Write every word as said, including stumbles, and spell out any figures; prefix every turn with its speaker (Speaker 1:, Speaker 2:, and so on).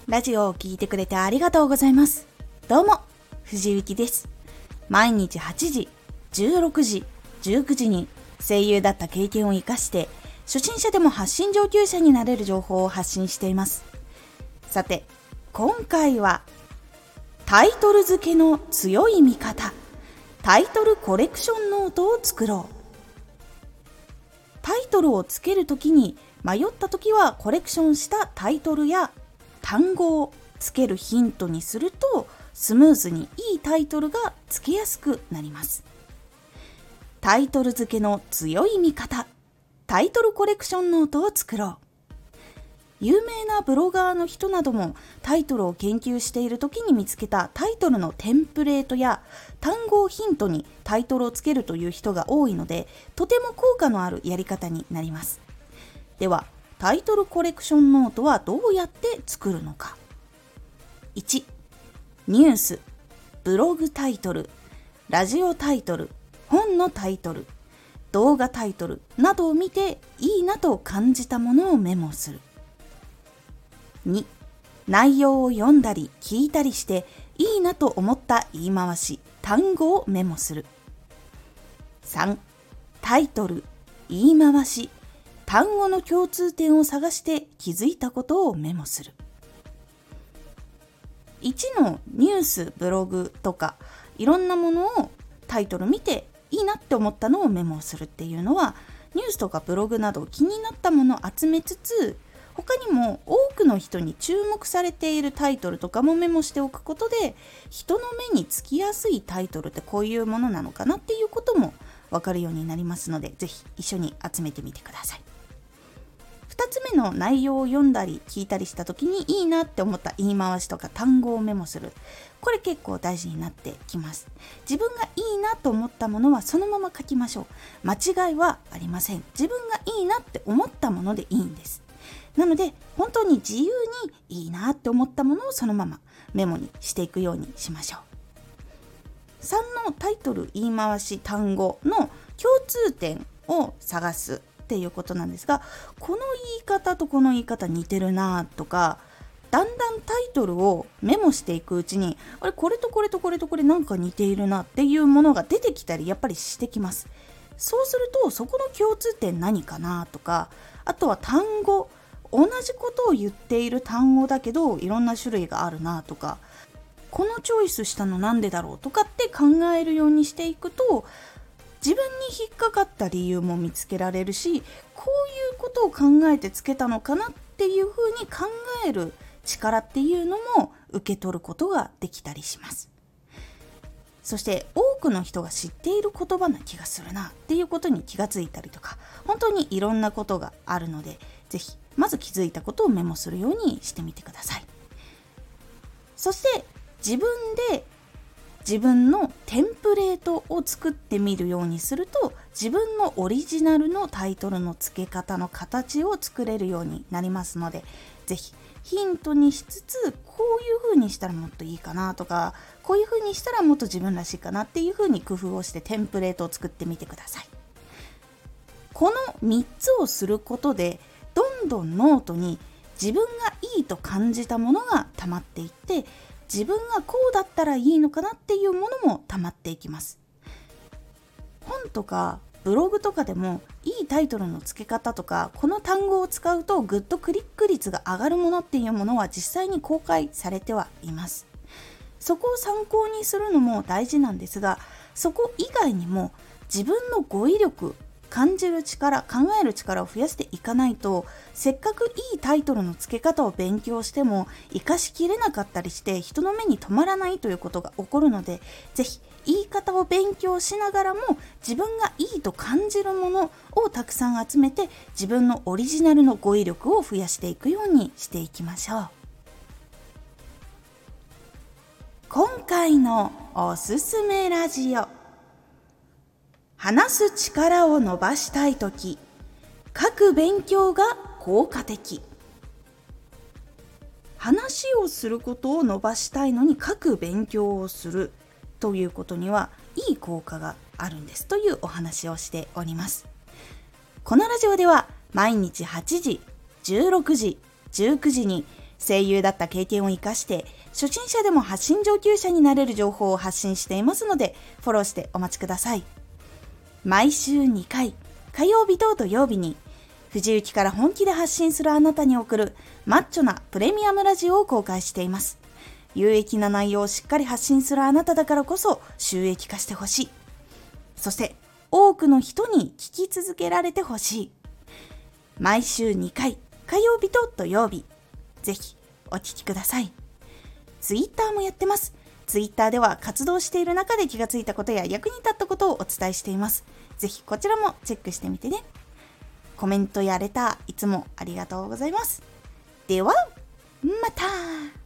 Speaker 1: ラジオを聞いてくれてありがとうございます。どうも、藤幸です。毎日はちじ、じゅうろくじ、じゅうくじに声優だった経験を生かして初心者でも発信上級者になれる情報を発信しています。さて、今回はタイトル付けの強い見方、タイトルコレクションノートを作ろう。タイトルをつけるときに迷ったときはコレクションしたタイトルや単語をつけるヒントにするとスムーズにいいタイトルがつけやすくなります。タイトル付けの強い見方、タイトルコレクションノートを作ろう。有名なブロガーの人などもタイトルを研究している時に見つけたタイトルのテンプレートや単語をヒントにタイトルをつけるという人が多いので、とても効果のあるやり方になります。では、タイトルコレクションノートはどうやって作るのか。いち、ニュース、ブログタイトル、ラジオタイトル、本のタイトル、動画タイトルなどを見ていいなと感じたものをメモする。に、内容を読んだり聞いたりしていいなと思った言い回し、単語をメモする。さん、タイトル、言い回し、単語の共通点を探して気づいたことをメモする。いちのニュース、ブログとかいろんなものをタイトル見ていいなって思ったのをメモするっていうのは、ニュースとかブログなど気になったものを集めつつ、他にも多くの人に注目されているタイトルとかもメモしておくことで、人の目につきやすいタイトルってこういうものなのかなっていうことも分かるようになりますので、ぜひ一緒に集めてみてください。ふたつめの内容を読んだり聞いたりした時にいいなって思った言い回しとか単語をメモする。これ結構大事になってきます。自分がいいなと思ったものはそのまま書きましょう。間違いはありません。自分がいいなって思ったものでいいんです。なので本当に自由にいいなって思ったものをそのままメモにしていくようにしましょう。さんのタイトル、言い回し、単語の共通点を探すっていうことなんですが、この言い方とこの言い方似てるなとか、だんだんタイトルをメモしていくうちに、あれこれとこれとこれとこれなんか似ているなっていうものが出てきたりやっぱりしてきます。そうするとそこの共通点何かなとか、あとは単語、同じことを言っている単語だけどいろんな種類があるなとか、このチョイスしたのなんでだろうとかって考えるようにしていくと、自分に引っかかった理由も見つけられるし、こういうことを考えてつけたのかなっていうふうに考える力っていうのも受け取ることができたりします。そして多くの人が知っている言葉な気がするなっていうことに気がついたりとか、本当にいろんなことがあるので、ぜひまず気づいたことをメモするようにしてみてください。そして自分で自分のテンプレートを作ってみるようにすると、自分のオリジナルのタイトルの付け方の形を作れるようになりますので、ぜひヒントにしつつ、こういう風にしたらもっといいかなとか、こういう風にしたらもっと自分らしいかなっていう風に工夫をしてテンプレートを作ってみてください。このみっつをすることで、どんどんノートに自分がいいと感じたものが溜まっていって、自分がこうだったらいいのかなっていうものも溜まっていきます。本とかブログとかでもいいタイトルの付け方とか、この単語を使うとグッドクリック率が上がるものっていうものは実際に公開されてはいます。そこを参考にするのも大事なんですが、そこ以外にも自分の語彙力、感じる力、考える力を増やしていかないと、せっかくいいタイトルの付け方を勉強しても活かしきれなかったりして人の目に留まらないということが起こるので、ぜひ言い方を勉強しながらも自分がいいと感じるものをたくさん集めて、自分のオリジナルの語彙力を増やしていくようにしていきましょう。今回のおすすめラジオ、話す力を伸ばしたいとき、書く勉強が効果的。話をすることを伸ばしたいのに書く勉強をするということにはいい効果があるんですというお話をしております。このラジオでは毎日はちじ、じゅうろくじ、じゅうくじに声優だった経験を生かして初心者でも発信上級者になれる情報を発信していますので、フォローしてお待ちください。毎週にかい、火曜日と土曜日に藤雪から本気で発信するあなたに送るマッチョなプレミアムラジオを公開しています。有益な内容をしっかり発信するあなただからこそ収益化してほしい。そして多くの人に聞き続けられてほしい。毎週にかい、火曜日と土曜日、ぜひお聞きください。ツイッターもやってます。ツイッターでは活動している中で気がついたことや役に立ったことをお伝えしています。ぜひこちらもチェックしてみてね。コメントやレターいつもありがとうございます。ではまた。